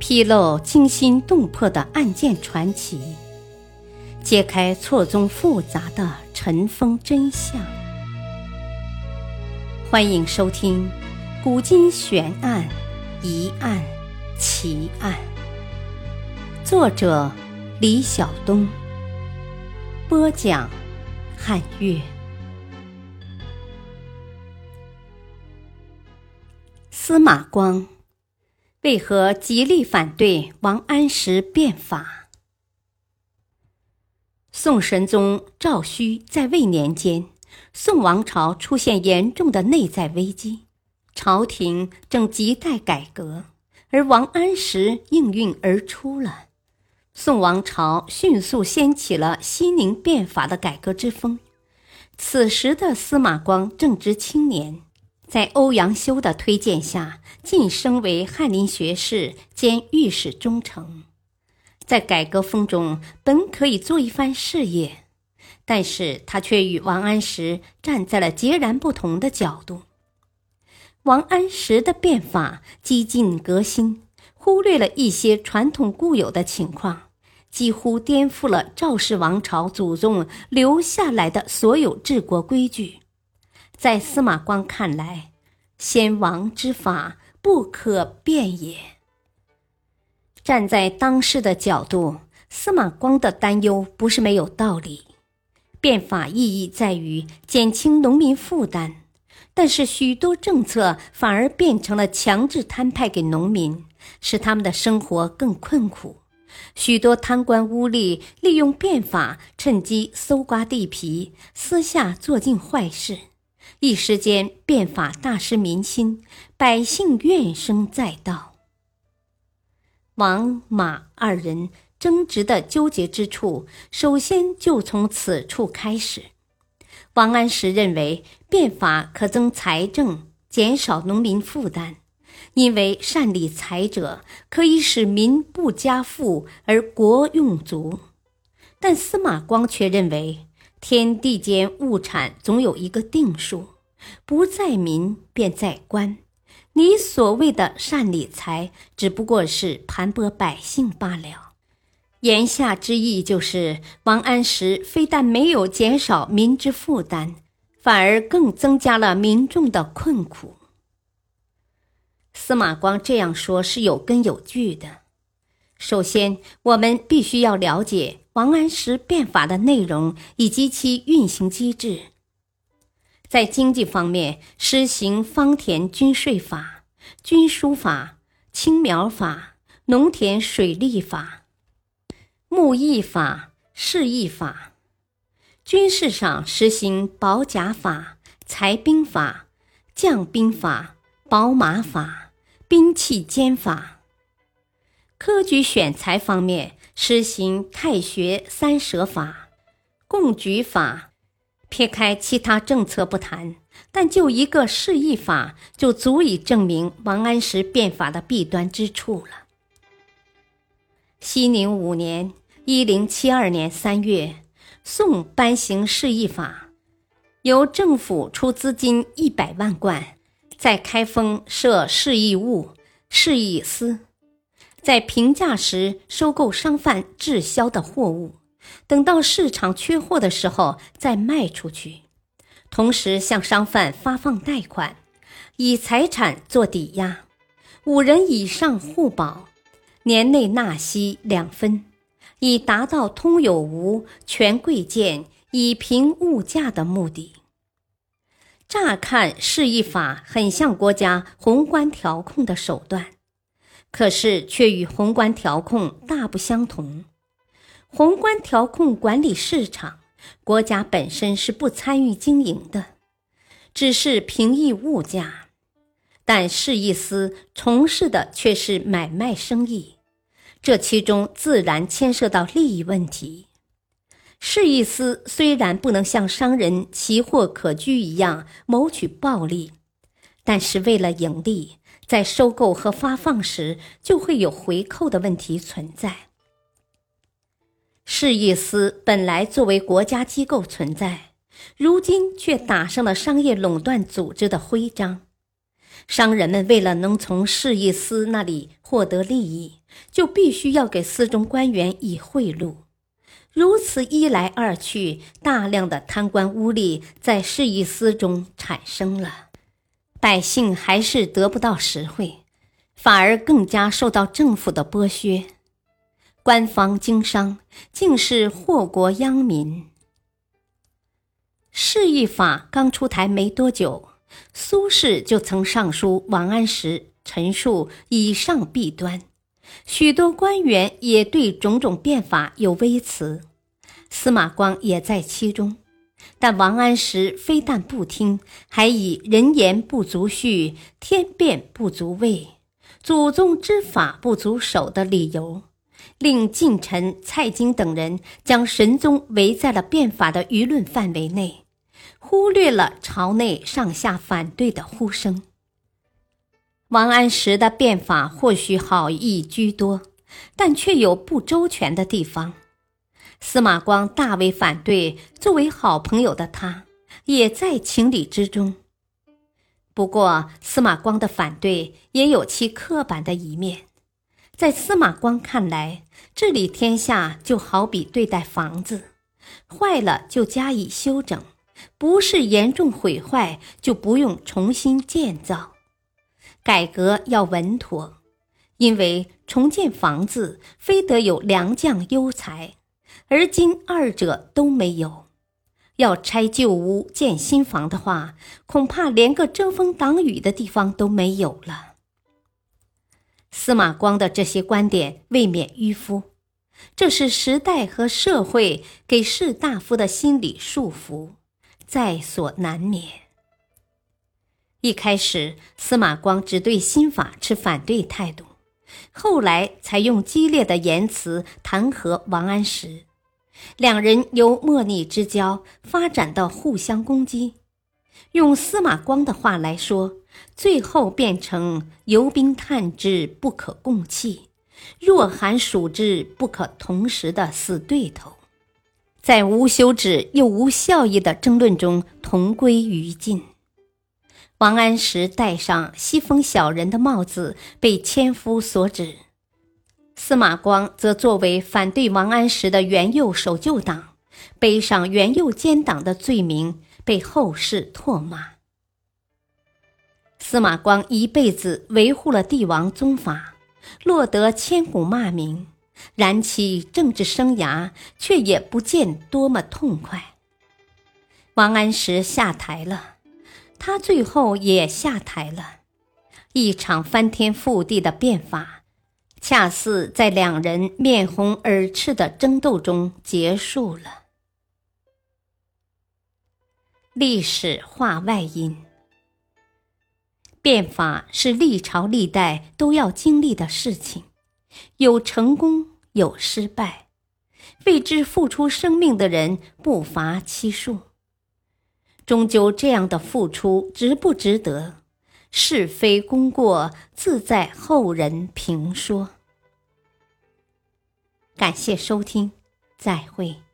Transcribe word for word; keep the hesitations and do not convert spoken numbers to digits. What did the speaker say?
披露惊心动魄的案件传奇，揭开错综复杂的尘封真相。欢迎收听《古今悬案、疑案、奇案》，作者李晓东，播讲汉月。司马光为何极力反对王安石变法？宋神宗赵顼在位年间，宋王朝出现严重的内在危机，朝廷正亟待改革，而王安石应运而出了。宋王朝迅速掀起了熙宁变法的改革之风。此时的司马光正值青年，在欧阳修的推荐下，晋升为翰林学士兼御史中丞。在改革风中，本可以做一番事业，但是他却与王安石站在了截然不同的角度。王安石的变法激进革新，忽略了一些传统固有的情况，几乎颠覆了赵氏王朝祖宗留下来的所有治国规矩。在司马光看来，先王之法不可变也。站在当时的角度，司马光的担忧不是没有道理。变法意义在于减轻农民负担，但是许多政策反而变成了强制摊派给农民，使他们的生活更困苦。许多贪官污吏利用变法，趁机搜刮地皮，私下做尽坏事。一时间，变法大失民心，百姓怨声载道。王马二人争执的纠结之处，首先就从此处开始。王安石认为变法可增财政，减少农民负担，因为善理财者可以使民不加富而国用足。但司马光却认为天地间物产总有一个定数，不在民便在官，你所谓的善理财只不过是盘剥百姓罢了。言下之意就是，王安石非但没有减少民之负担，反而更增加了民众的困苦。司马光这样说是有根有据的。首先，我们必须要了解王安石变法的内容以及其运行机制。在经济方面，施行方田均税法、均输法、青苗法、农田水利法、牧役法、市役法；军事上实行保甲法、裁兵法、将兵法、保马法、兵器监法；科举选才方面，实行太学三舍法、贡举法。撇开其他政策不谈，但就一个市役法就足以证明王安石变法的弊端之处了。熙宁五年一零七二年三月，宋颁行市役法，由政府出资金一百万贯，在开封设市役务、市役司，在平价时收购商贩滞销的货物，等到市场缺货的时候再卖出去，同时向商贩发放贷款，以财产做抵押，五人以上互保，年内纳息两分，以达到通有无、权贵贱、以平物价的目的。乍看市役法很像国家宏观调控的手段，可是却与宏观调控大不相同。宏观调控管理市场，国家本身是不参与经营的，只是平抑物价，但市役司从事的却是买卖生意，这其中自然牵涉到利益问题。市役司虽然不能像商人奇货可居一样谋取暴利，但是为了盈利，在收购和发放时就会有回扣的问题存在。市役司本来作为国家机构存在，如今却打上了商业垄断组织的徽章。商人们为了能从市役司那里获得利益， 就必须要给司中官员以贿赂。如此一来二去，大量的贪官污吏在市议司中产生了，百姓还是得不到实惠，反而更加受到政府的剥削。官方经商竟是祸国殃民。市议法刚出台没多久，苏轼就曾上书王安石，陈述以上弊端，许多官员也对种种变法有微词，司马光也在其中。但王安石非但不听，还以人言不足恤，天变不足畏，祖宗之法不足守的理由，令近臣蔡京等人将神宗围在了变法的舆论范围内，忽略了朝内上下反对的呼声。王安石的变法或许好意居多，但却有不周全的地方。司马光大为反对，作为好朋友的他，也在情理之中。不过，司马光的反对也有其刻板的一面。在司马光看来，治理天下就好比对待房子，坏了就加以修整，不是严重毁坏就不用重新建造。改革要稳妥，因为重建房子非得有良将优才，而今二者都没有。要拆旧屋建新房的话，恐怕连个遮风挡雨的地方都没有了。司马光的这些观点未免迂腐，这是时代和社会给士大夫的心理束缚，在所难免。一开始，司马光只对新法持反对态度，后来才用激烈的言辞弹劾王安石，两人由莫逆之交发展到互相攻击。用司马光的话来说，最后变成游兵探之不可共弃，若寒暑之不可同时的死对头，在无休止又无效益的争论中同归于尽。王安石戴上西风小人的帽子，被千夫所指；司马光则作为反对王安石的元佑守旧党，背上元佑奸党的罪名，被后世唾骂。司马光一辈子维护了帝王宗法，落得千古骂名，然其政治生涯却也不见多么痛快。王安石下台了，他最后也下台了。一场翻天覆地的变法，恰似在两人面红耳赤的争斗中结束了。历史话外音：变法是历朝历代都要经历的事情，有成功，有失败，为之付出生命的人不乏其数。终究这样的付出值不值得，是非功过自在后人评说。感谢收听，再会。